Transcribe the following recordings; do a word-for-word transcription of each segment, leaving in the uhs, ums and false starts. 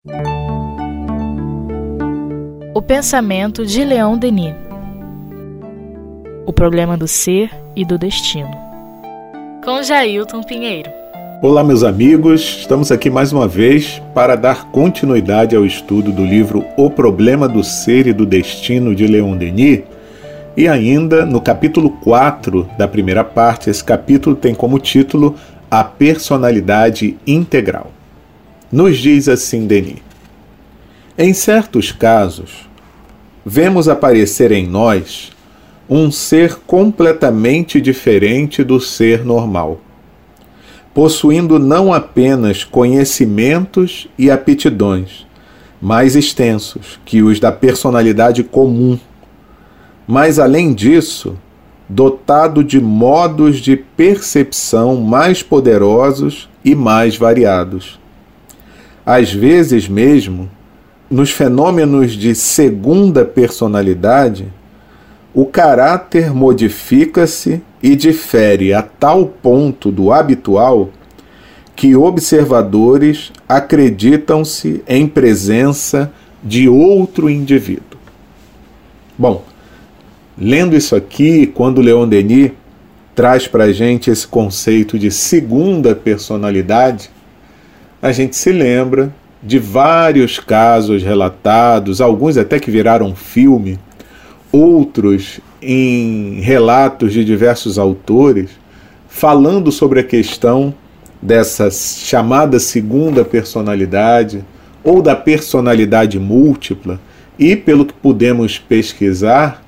O pensamento de Leon Denis. O problema do ser e do destino. Com Jailton Pinheiro. Olá, meus amigos, estamos aqui mais uma vez para dar continuidade ao estudo do livro O Problema do Ser e do Destino de Leon Denis. E ainda no capítulo quatro da primeira parte, esse capítulo tem como título A Personalidade Integral. Nos diz assim Denis: em certos casos, vemos aparecer em nós um ser completamente diferente do ser normal, possuindo não apenas conhecimentos e aptidões mais extensos que os da personalidade comum, mas, além disso, dotado de modos de percepção mais poderosos e mais variados. Às vezes mesmo, nos fenômenos de segunda personalidade, o caráter modifica-se e difere a tal ponto do habitual que observadores acreditam-se em presença de outro indivíduo. Bom, lendo isso aqui, quando Leon Denis traz para a gente esse conceito de segunda personalidade, a gente se lembra de vários casos relatados, alguns até que viraram filme, outros em relatos de diversos autores, falando sobre a questão dessa chamada segunda personalidade ou da personalidade múltipla, e pelo que pudemos pesquisar,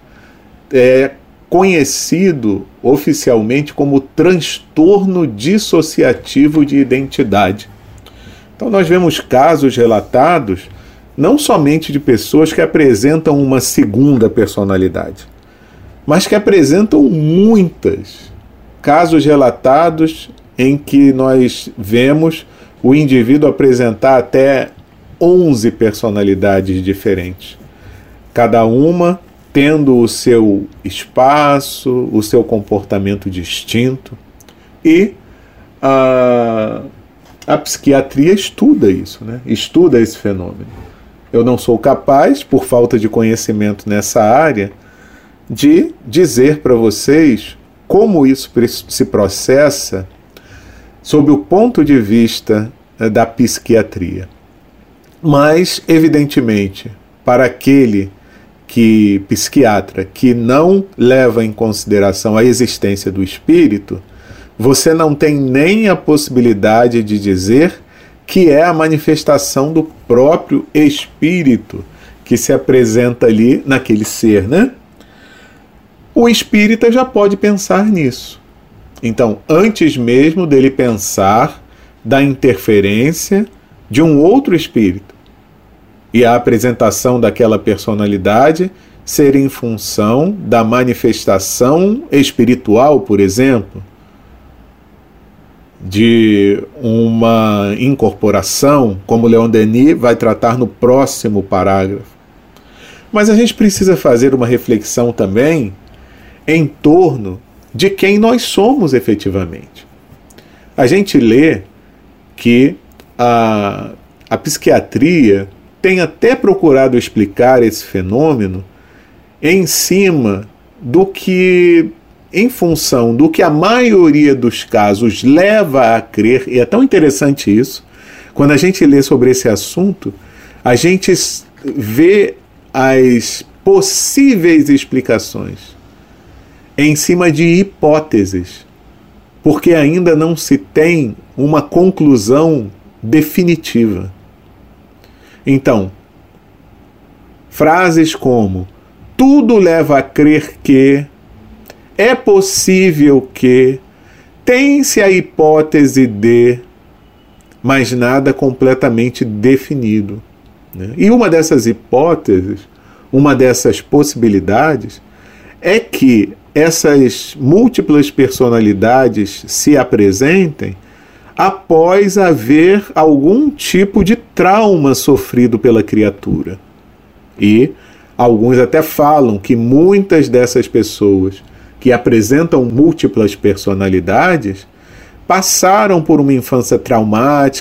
é conhecido oficialmente como transtorno dissociativo de identidade. Então nós vemos casos relatados não somente de pessoas que apresentam uma segunda personalidade, mas que apresentam muitas. Casos relatados em que nós vemos o indivíduo apresentar até onze personalidades diferentes, cada uma tendo o seu espaço, o seu comportamento distinto. E a, a psiquiatria estuda isso, né? Estuda esse fenômeno. Eu não sou capaz, por falta de conhecimento nessa área, de dizer para vocês como isso se processa sob o ponto de vista da psiquiatria. Mas, evidentemente, para aquele que psiquiatra que não leva em consideração a existência do espírito, você não tem nem a possibilidade de dizer que é a manifestação do próprio espírito que se apresenta ali naquele ser, né? O espírita já pode pensar nisso. Então, antes mesmo dele pensar da interferência de um outro espírito e a apresentação daquela personalidade ser em função da manifestação espiritual, por exemplo, de uma incorporação, como Leon Denis vai tratar no próximo parágrafo. Mas a gente precisa fazer uma reflexão também em torno de quem nós somos efetivamente. A gente lê que a, a psiquiatria tem até procurado explicar esse fenômeno em cima do que, em função do que a maioria dos casos leva a crer, e é tão interessante isso, quando a gente lê sobre esse assunto, a gente vê as possíveis explicações em cima de hipóteses, porque ainda não se tem uma conclusão definitiva. Então, frases como tudo leva a crer que, é possível que, tem-se a hipótese de, mas nada completamente definido, né? E uma dessas hipóteses, uma dessas possibilidades, é que essas múltiplas personalidades se apresentem após haver algum tipo de trauma sofrido pela criatura. E alguns até falam que muitas dessas pessoas que apresentam múltiplas personalidades passaram por uma infância traumática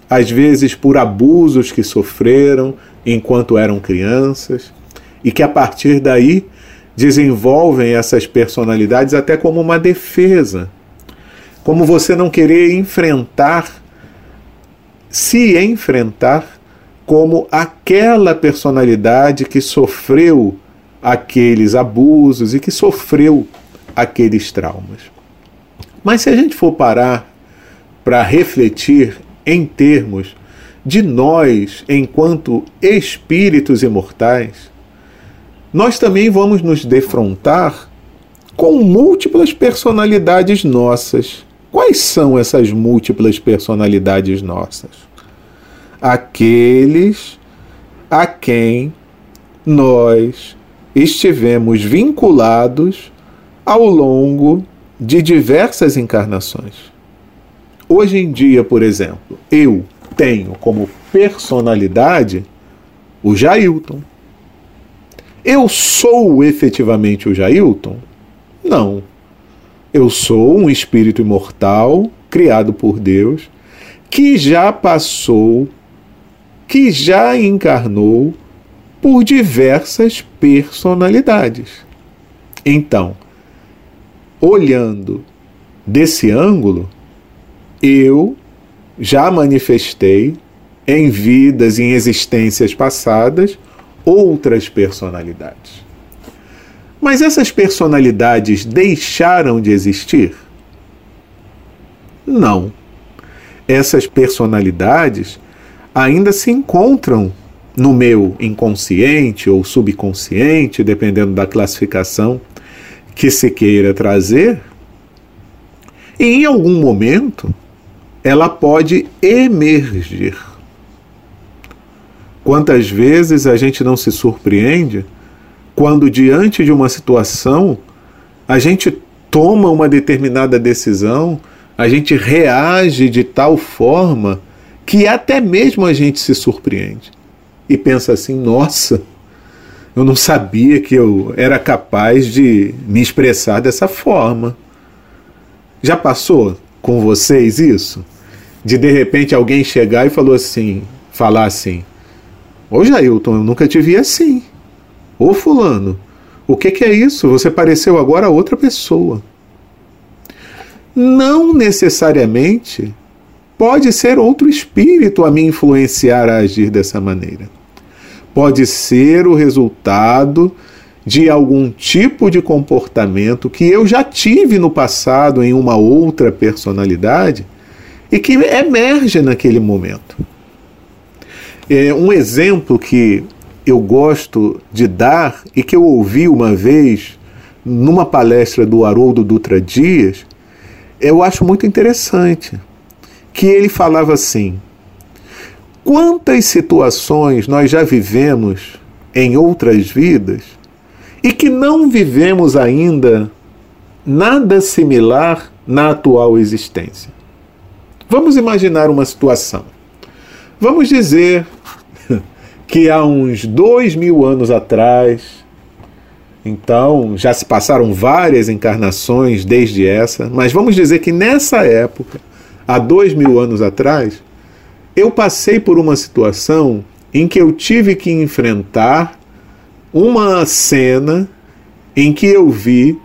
às vezes por abusos que sofreram enquanto eram crianças, e que a partir daí desenvolvem essas personalidades até como uma defesa. Como você não querer enfrentar, se enfrentar como aquela personalidade que sofreu aqueles abusos e que sofreu aqueles traumas. Mas se a gente for parar para refletir em termos de nós enquanto espíritos imortais, nós também vamos nos defrontar com múltiplas personalidades nossas. Quais são essas múltiplas personalidades nossas? Aqueles a quem nós estivemos vinculados ao longo de diversas encarnações. Hoje em dia, por exemplo, eu tenho como personalidade o Jailton. Eu sou efetivamente o Jailton? Não. Eu sou um espírito imortal, criado por Deus, que já passou, que já encarnou por diversas personalidades. Então, olhando desse ângulo, eu já manifestei em vidas e em existências passadas outras personalidades. Mas essas personalidades deixaram de existir? Não. Essas personalidades ainda se encontram no meu inconsciente ou subconsciente, dependendo da classificação que se queira trazer, e em algum momento ela pode emergir. Quantas vezes a gente não se surpreende quando, diante de uma situação, a gente toma uma determinada decisão, a gente reage de tal forma que até mesmo a gente se surpreende e pensa assim: nossa, eu não sabia que eu era capaz de me expressar dessa forma. Já passou com vocês isso? De de repente alguém chegar e falou assim, falar assim: ô Jailton, eu nunca te vi assim. Ô fulano, o que, que é isso? Você pareceu agora outra pessoa. Não necessariamente pode ser outro espírito a me influenciar a agir dessa maneira. Pode ser o resultado de algum tipo de comportamento que eu já tive no passado em uma outra personalidade e que emerge naquele momento. É um exemplo que eu gosto de dar e que eu ouvi uma vez numa palestra do Haroldo Dutra Dias, eu acho muito interessante, que ele falava assim: quantas situações nós já vivemos em outras vidas e que não vivemos ainda nada similar na atual existência. Vamos imaginar uma situação. Vamos dizer que há uns dois mil anos atrás, então já se passaram várias encarnações desde essa, mas vamos dizer que nessa época, há dois mil anos atrás, eu passei por uma situação em que eu tive que enfrentar uma cena em que eu vi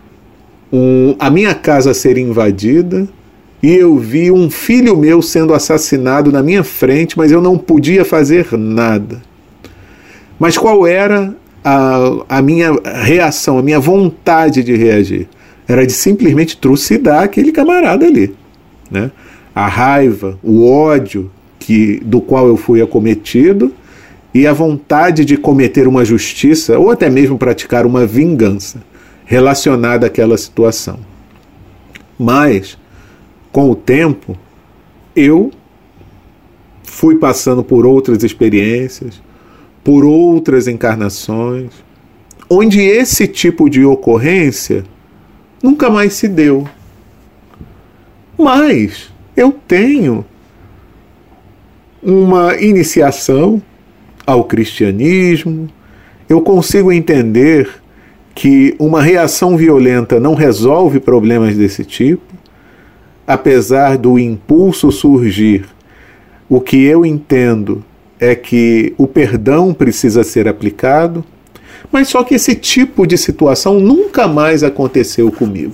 um, a minha casa ser invadida e eu vi um filho meu sendo assassinado na minha frente, mas eu não podia fazer nada. Mas qual era a, a minha reação, a minha vontade de reagir? Era de simplesmente trucidar aquele camarada ali, né? A raiva, o ódio que, do qual eu fui acometido e a vontade de cometer uma justiça ou até mesmo praticar uma vingança relacionada àquela situação. Mas, com o tempo, eu fui passando por outras experiências, por outras encarnações, onde esse tipo de ocorrência nunca mais se deu. Mas eu tenho uma iniciação ao cristianismo, eu consigo entender que uma reação violenta não resolve problemas desse tipo, apesar do impulso surgir o que eu entendo é que o perdão precisa ser aplicado, mas só que esse tipo de situação nunca mais aconteceu comigo.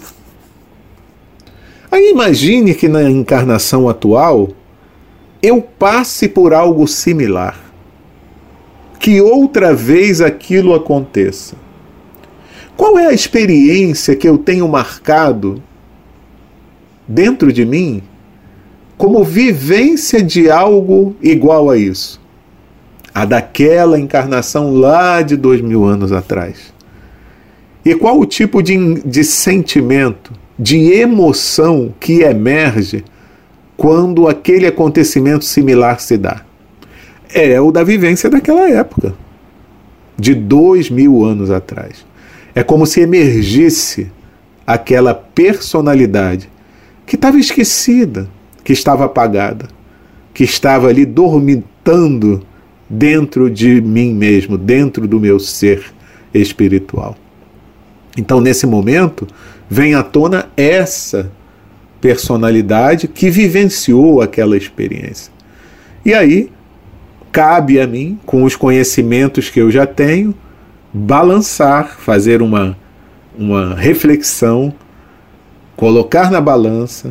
Aí imagine que na encarnação atual eu passe por algo similar, que outra vez aquilo aconteça. Qual é a experiência que eu tenho marcado dentro de mim como vivência de algo igual a isso? A daquela encarnação lá de dois mil anos atrás. E qual o tipo de, de sentimento, de emoção que emerge quando aquele acontecimento similar se dá? É o da vivência daquela época, de dois mil anos atrás. É como se emergisse aquela personalidade que estava esquecida, que estava apagada, que estava ali dormitando dentro de mim mesmo, dentro do meu ser espiritual. Então, nesse momento, vem à tona essa personalidade que vivenciou aquela experiência. E aí, cabe a mim, com os conhecimentos que eu já tenho, balançar, fazer uma, uma reflexão, colocar na balança,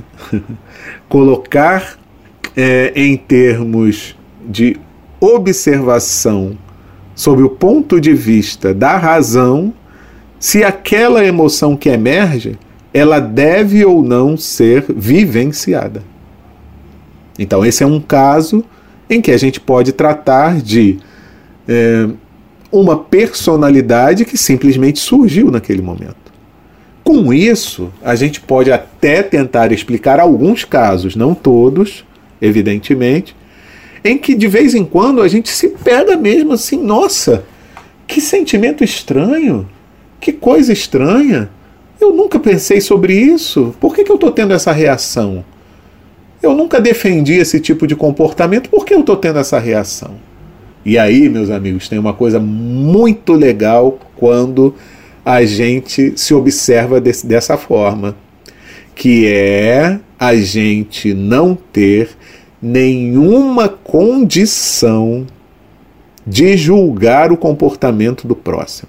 colocar é, em termos de observação, sob o ponto de vista da razão, se aquela emoção que emerge, ela deve ou não ser vivenciada. Então, esse é um caso em que a gente pode tratar de é, uma personalidade que simplesmente surgiu naquele momento. Com isso, a gente pode até tentar explicar alguns casos, não todos, evidentemente, em que de vez em quando a gente se pega mesmo assim, nossa, que sentimento estranho, que coisa estranha, eu nunca pensei sobre isso, por que que eu estou tendo essa reação? Eu nunca defendi esse tipo de comportamento, por que eu estou tendo essa reação? E aí, meus amigos, tem uma coisa muito legal quando a gente se observa desse, dessa forma, que é a gente não ter nenhuma condição de julgar o comportamento do próximo.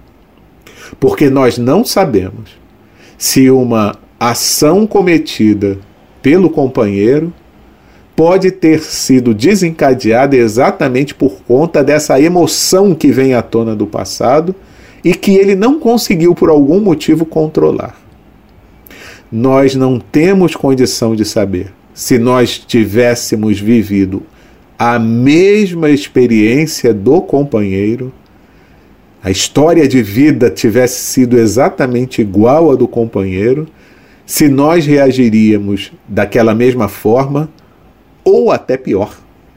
Porque nós não sabemos se uma ação cometida pelo companheiro pode ter sido desencadeada exatamente por conta dessa emoção que vem à tona do passado e que ele não conseguiu por algum motivo controlar. Nós não temos condição de saber se nós tivéssemos vivido a mesma experiência do companheiro, a história de vida tivesse sido exatamente igual à do companheiro, se nós reagiríamos daquela mesma forma ou até pior.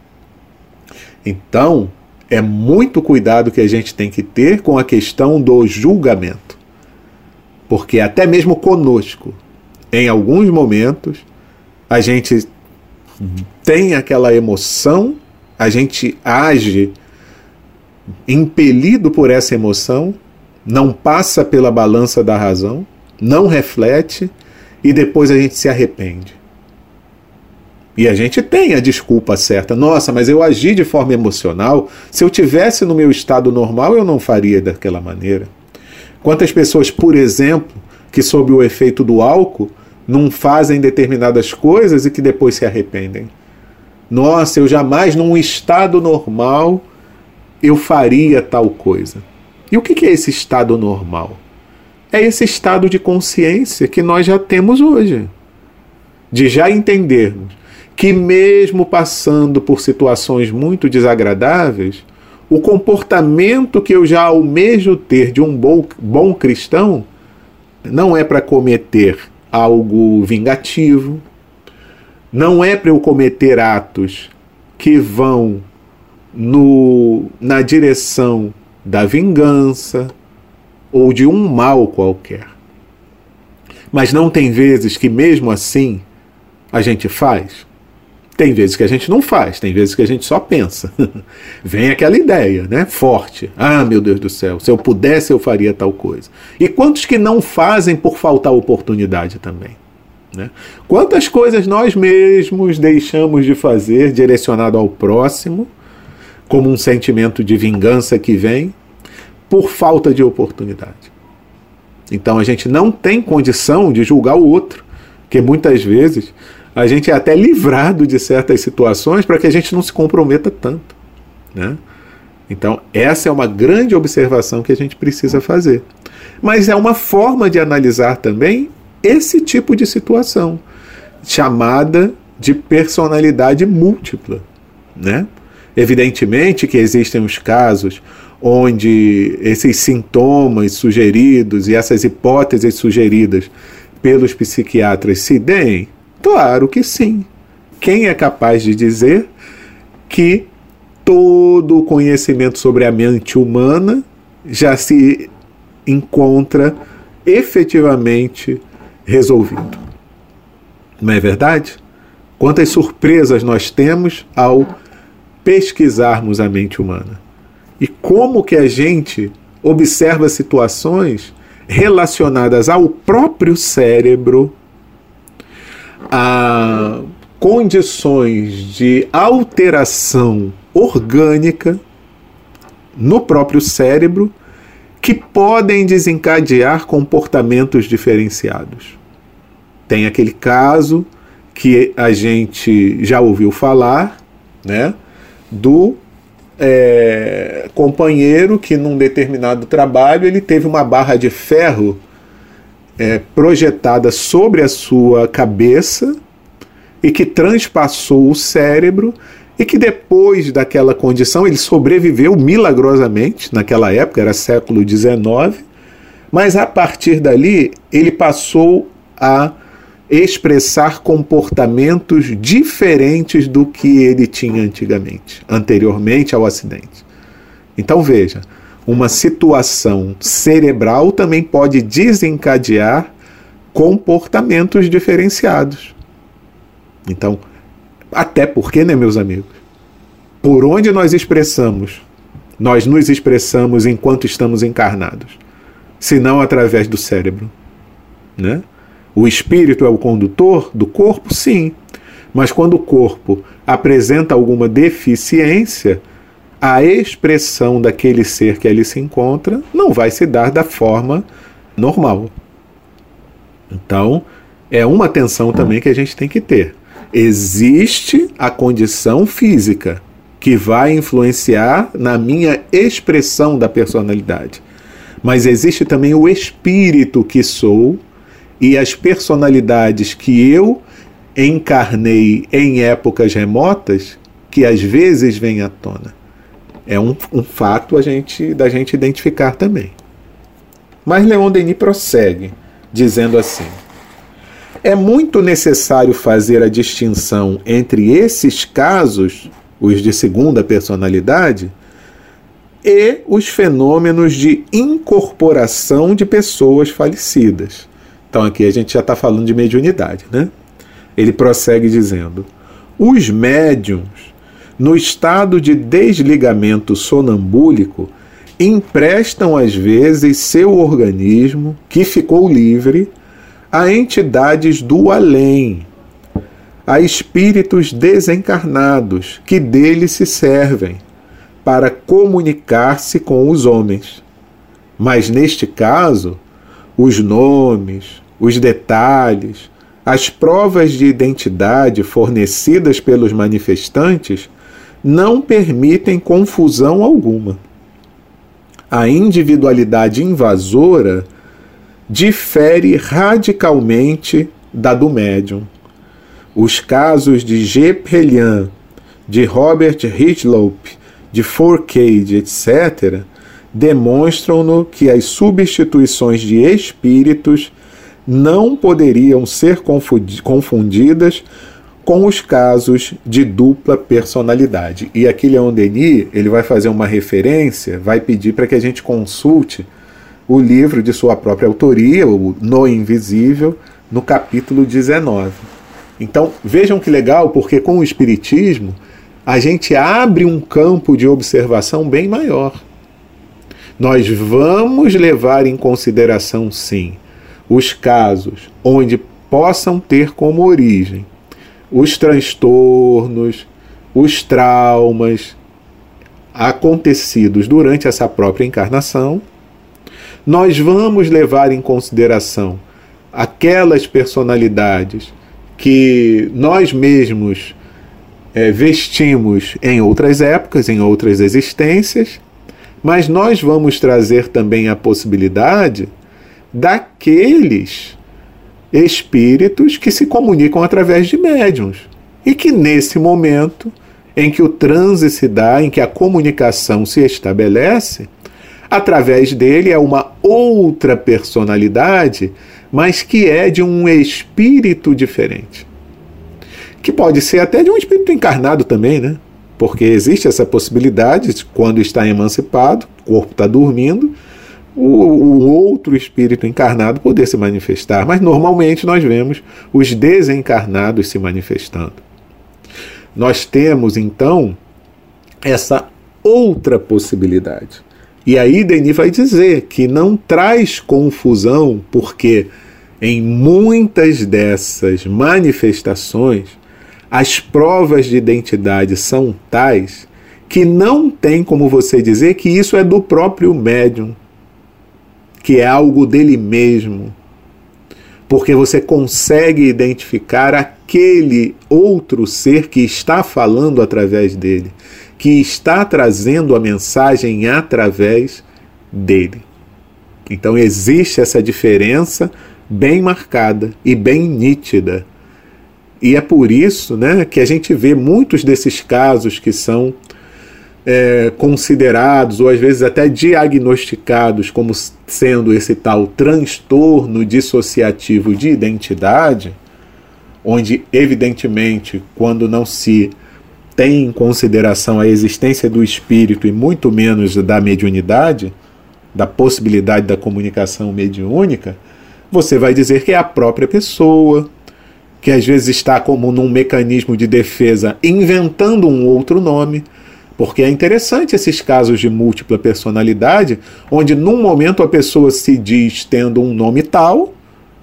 Então, é muito cuidado que a gente tem que ter com a questão do julgamento. Porque até mesmo conosco, em alguns momentos, a gente tem aquela emoção, a gente age impelido por essa emoção, não passa pela balança da razão, não reflete e depois a gente se arrepende. E a gente tem a desculpa certa. Nossa, mas eu agi de forma emocional. Se eu tivesse no meu estado normal, eu não faria daquela maneira. Quantas pessoas, por exemplo, que sob o efeito do álcool não fazem determinadas coisas e que depois se arrependem. Nossa, eu jamais, num estado normal, eu faria tal coisa. E o que é esse estado normal? É esse estado de consciência que nós já temos hoje. De já entendermos que mesmo passando por situações muito desagradáveis, o comportamento que eu já almejo ter de um bom, bom cristão não é para cometer algo vingativo, não é para eu cometer atos que vão no, na direção da vingança ou de um mal qualquer. Mas não tem vezes que mesmo assim a gente faz? Tem vezes que a gente não faz, tem vezes que a gente só pensa. Vem aquela ideia, né? Forte. Ah, meu Deus do céu, se eu pudesse eu faria tal coisa. E quantos que não fazem por faltar oportunidade também? né? Quantas coisas nós mesmos deixamos de fazer direcionado ao próximo, como um sentimento de vingança que vem, por falta de oportunidade. Então a gente não tem condição de julgar o outro, porque muitas vezes a gente é até livrado de certas situações para que a gente não se comprometa tanto, né? Então essa é uma grande observação que a gente precisa fazer. Mas é uma forma de analisar também esse tipo de situação, chamada de personalidade múltipla, né? Evidentemente que existem os casos onde esses sintomas sugeridos e essas hipóteses sugeridas pelos psiquiatras se deem? Claro que sim. Quem é capaz de dizer que todo o conhecimento sobre a mente humana já se encontra efetivamente resolvido? Não é verdade? Quantas surpresas nós temos ao pesquisarmos a mente humana. E como que a gente observa situações relacionadas ao próprio cérebro, a condições de alteração orgânica no próprio cérebro que podem desencadear comportamentos diferenciados. Tem aquele caso que a gente já ouviu falar, né, do é, companheiro que num determinado trabalho ele teve uma barra de ferro é, projetada sobre a sua cabeça e que transpassou o cérebro e que depois daquela condição ele sobreviveu milagrosamente, naquela época era século dezenove, mas a partir dali ele passou a expressar comportamentos diferentes do que ele tinha antigamente, anteriormente ao acidente. Então veja, uma situação cerebral também pode desencadear comportamentos diferenciados. Então, até porque, né, meus amigos, por onde nós expressamos, nós nos expressamos enquanto estamos encarnados, se não através do cérebro, né? O espírito é o condutor do corpo? Sim. Mas quando o corpo apresenta alguma deficiência, a expressão daquele ser que ali se encontra não vai se dar da forma normal. Então, é uma atenção também que a gente tem que ter. Existe a condição física que vai influenciar na minha expressão da personalidade. Mas existe também o espírito que sou e as personalidades que eu encarnei em épocas remotas que às vezes vêm à tona. É um, um fato a gente, da gente identificar também. Mas Leon Denis prossegue, dizendo assim: é muito necessário fazer a distinção entre esses casos, os de segunda personalidade, e os fenômenos de incorporação de pessoas falecidas. Então aqui a gente já está falando de mediunidade, né? Ele prossegue dizendo: os médiuns, no estado de desligamento sonambúlico, emprestam às vezes seu organismo, que ficou livre, a entidades do além, a espíritos desencarnados, que dele se servem, para comunicar-se com os homens. Mas neste caso, os nomes, os detalhes, as provas de identidade fornecidas pelos manifestantes não permitem confusão alguma. A individualidade invasora difere radicalmente da do médium. Os casos de G. Pellian, de Robert Hislop, de Fourcade, etcétera, demonstram-no que as substituições de espíritos não poderiam ser confundidas com os casos de dupla personalidade. E aqui Leon Denis, ele vai fazer uma referência, vai pedir para que a gente consulte o livro de sua própria autoria, o No Invisível, no capítulo dezenove. Então, vejam que legal, porque com o Espiritismo, a gente abre um campo de observação bem maior. Nós vamos levar em consideração, sim, os casos onde possam ter como origem os transtornos, os traumas acontecidos durante essa própria encarnação, nós vamos levar em consideração aquelas personalidades que nós mesmos é, vestimos em outras épocas, em outras existências, mas nós vamos trazer também a possibilidade daqueles espíritos que se comunicam através de médiuns e que nesse momento em que o transe se dá, em que a comunicação se estabelece, através dele é uma outra personalidade, mas que é de um espírito diferente. Que pode ser até de um espírito encarnado também, né? Porque existe essa possibilidade de, quando está emancipado, o corpo está dormindo, o, o outro espírito encarnado poder se manifestar. Mas normalmente nós vemos os desencarnados se manifestando. Nós temos, então, essa outra possibilidade. E aí Denis vai dizer que não traz confusão, porque em muitas dessas manifestações, as provas de identidade são tais que não tem como você dizer que isso é do próprio médium, que é algo dele mesmo, porque você consegue identificar aquele outro ser que está falando através dele, que está trazendo a mensagem através dele. Então existe essa diferença bem marcada e bem nítida. E é por isso, né, que a gente vê muitos desses casos que são é, considerados, ou às vezes até diagnosticados como sendo esse tal transtorno dissociativo de identidade, onde, evidentemente, quando não se tem em consideração a existência do espírito e muito menos da mediunidade, da possibilidade da comunicação mediúnica, você vai dizer que é a própria pessoa, que às vezes está como num mecanismo de defesa inventando um outro nome, porque é interessante esses casos de múltipla personalidade, onde num momento a pessoa se diz tendo um nome tal,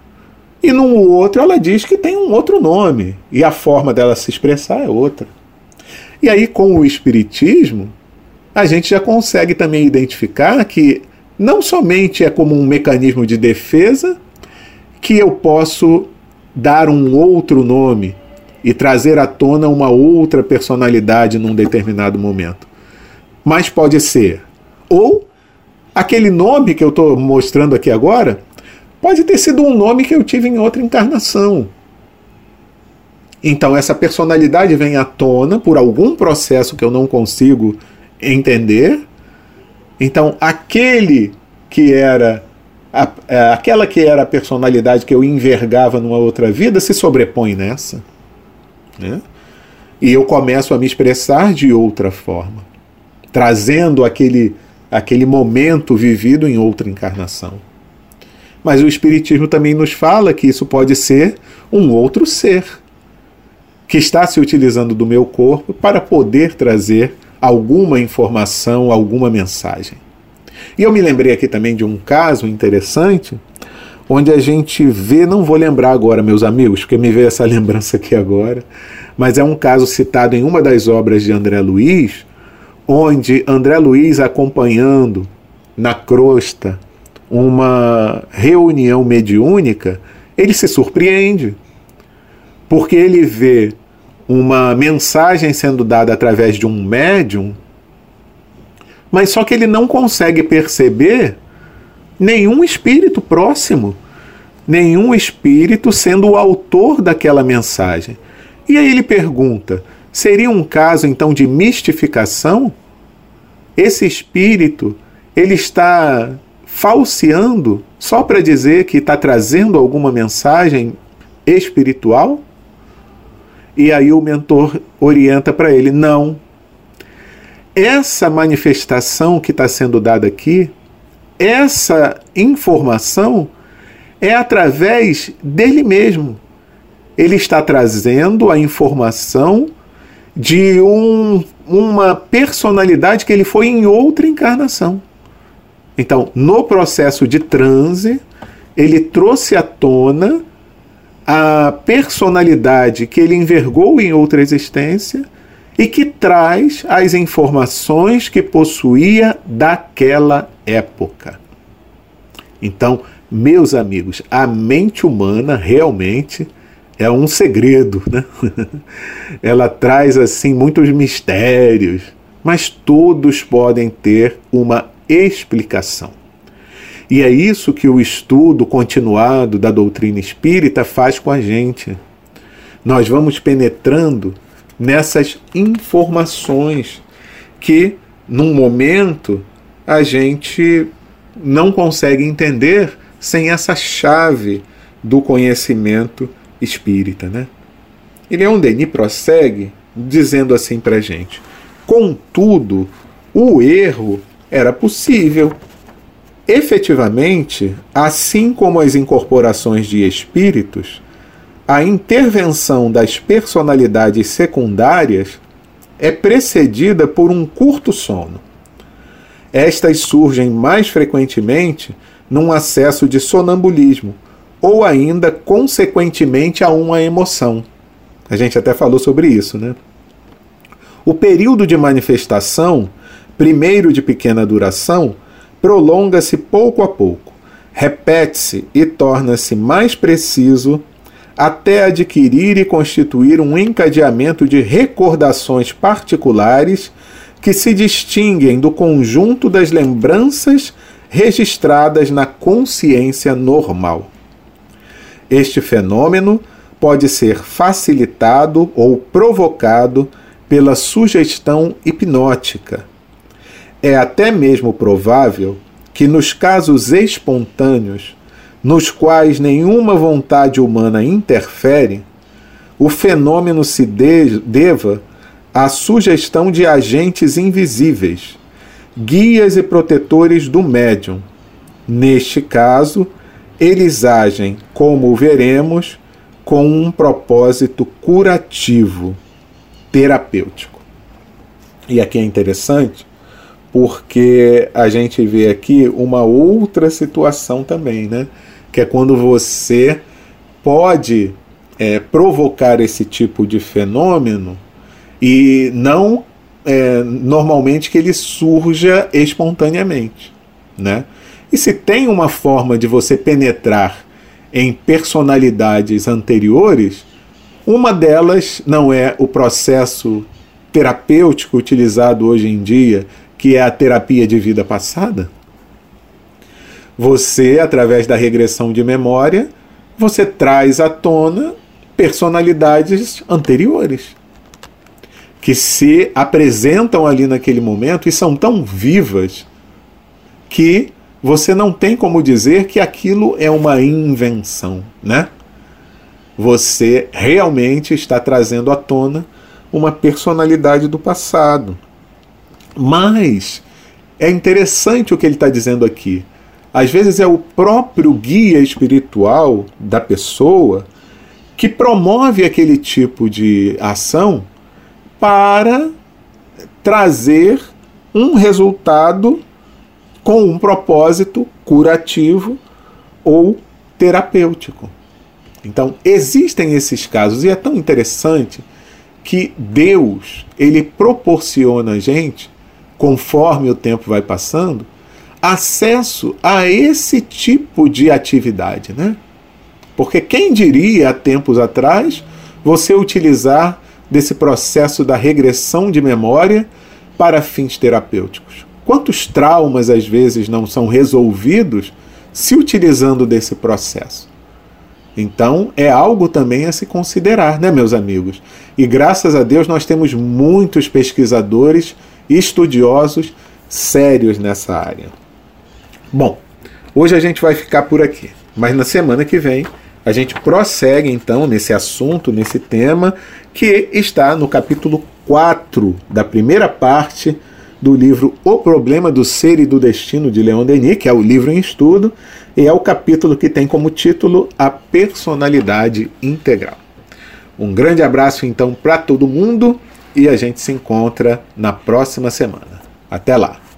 e num outro ela diz que tem um outro nome, e a forma dela se expressar é outra. E aí com o Espiritismo, a gente já consegue também identificar que não somente é como um mecanismo de defesa, que eu posso dar um outro nome e trazer à tona uma outra personalidade num determinado momento. Mas pode ser, ou aquele nome que eu estou mostrando aqui agora, pode ter sido um nome que eu tive em outra encarnação. Então essa personalidade vem à tona por algum processo que eu não consigo entender. Então aquele que era a, a, aquela que era a personalidade que eu envergava numa outra vida se sobrepõe nessa, né? E eu começo a me expressar de outra forma, trazendo aquele, aquele momento vivido em outra encarnação. Mas o Espiritismo também nos fala que isso pode ser um outro ser que está se utilizando do meu corpo para poder trazer alguma informação, alguma mensagem. E eu me lembrei aqui também de um caso interessante, onde a gente vê, não vou lembrar agora, meus amigos, porque me veio essa lembrança aqui agora, mas é um caso citado em uma das obras de André Luiz, onde André Luiz, acompanhando na crosta uma reunião mediúnica, ele se surpreende, porque ele vê uma mensagem sendo dada através de um médium, mas só que ele não consegue perceber nenhum espírito próximo, nenhum espírito sendo o autor daquela mensagem. E aí ele pergunta, seria um caso então de mistificação? Esse espírito, ele está falseando só para dizer que está trazendo alguma mensagem espiritual? E aí o mentor orienta para ele, não. Essa manifestação que está sendo dada aqui, essa informação é através dele mesmo. Ele está trazendo a informação de um, uma personalidade que ele foi em outra encarnação. Então, no processo de transe, ele trouxe à tona a personalidade que ele envergou em outra existência e que traz as informações que possuía daquela época. Então, meus amigos, a mente humana realmente é um segredo, né? Ela traz assim muitos mistérios, mas todos podem ter uma explicação. E é isso que o estudo continuado da doutrina espírita faz com a gente. Nós vamos penetrando nessas informações que, num momento, a gente não consegue entender sem essa chave do conhecimento espírita, né? E Leon Denis prossegue dizendo assim para a gente: contudo, o erro era possível. Efetivamente, assim como as incorporações de espíritos, a intervenção das personalidades secundárias é precedida por um curto sono. Estas surgem mais frequentemente num acesso de sonambulismo, ou ainda, consequentemente, a uma emoção. A gente até falou sobre isso, né? O período de manifestação, primeiro de pequena duração, prolonga-se pouco a pouco, repete-se e torna-se mais preciso até adquirir e constituir um encadeamento de recordações particulares que se distinguem do conjunto das lembranças registradas na consciência normal. Este fenômeno pode ser facilitado ou provocado pela sugestão hipnótica. É até mesmo provável que nos casos espontâneos, nos quais nenhuma vontade humana interfere, o fenômeno se de- deva à sugestão de agentes invisíveis, guias e protetores do médium. Neste caso, eles agem, como veremos, com um propósito curativo, terapêutico. E aqui é interessante, porque a gente vê aqui uma outra situação também, né? Que é quando você pode é, provocar esse tipo de fenômeno e não é, normalmente que ele surja espontaneamente, né? E se tem uma forma de você penetrar em personalidades anteriores, uma delas não é o processo terapêutico utilizado hoje em dia, que é a terapia de vida passada? Você, através da regressão de memória, você traz à tona personalidades anteriores, que se apresentam ali naquele momento e são tão vivas que você não tem como dizer que aquilo é uma invenção, né? Você realmente está trazendo à tona uma personalidade do passado. Mas é interessante o que ele está dizendo aqui. Às vezes é o próprio guia espiritual da pessoa que promove aquele tipo de ação para trazer um resultado com um propósito curativo ou terapêutico. Então, existem esses casos, e é tão interessante que Deus, ele proporciona a gente, conforme o tempo vai passando, acesso a esse tipo de atividade, né? Porque quem diria há tempos atrás você utilizar desse processo da regressão de memória para fins terapêuticos? Quantos traumas às vezes não são resolvidos se utilizando desse processo? Então é algo também a se considerar, né, meus amigos? E graças a Deus nós temos muitos pesquisadores e estudiosos sérios nessa área. Bom, hoje a gente vai ficar por aqui, mas na semana que vem a gente prossegue então nesse assunto, nesse tema, que está no capítulo quatro da primeira parte do livro O Problema do Ser e do Destino, de Leon Denis, que é o livro em estudo, e é o capítulo que tem como título A Personalidade Integral. Um grande abraço então para todo mundo e a gente se encontra na próxima semana. Até lá!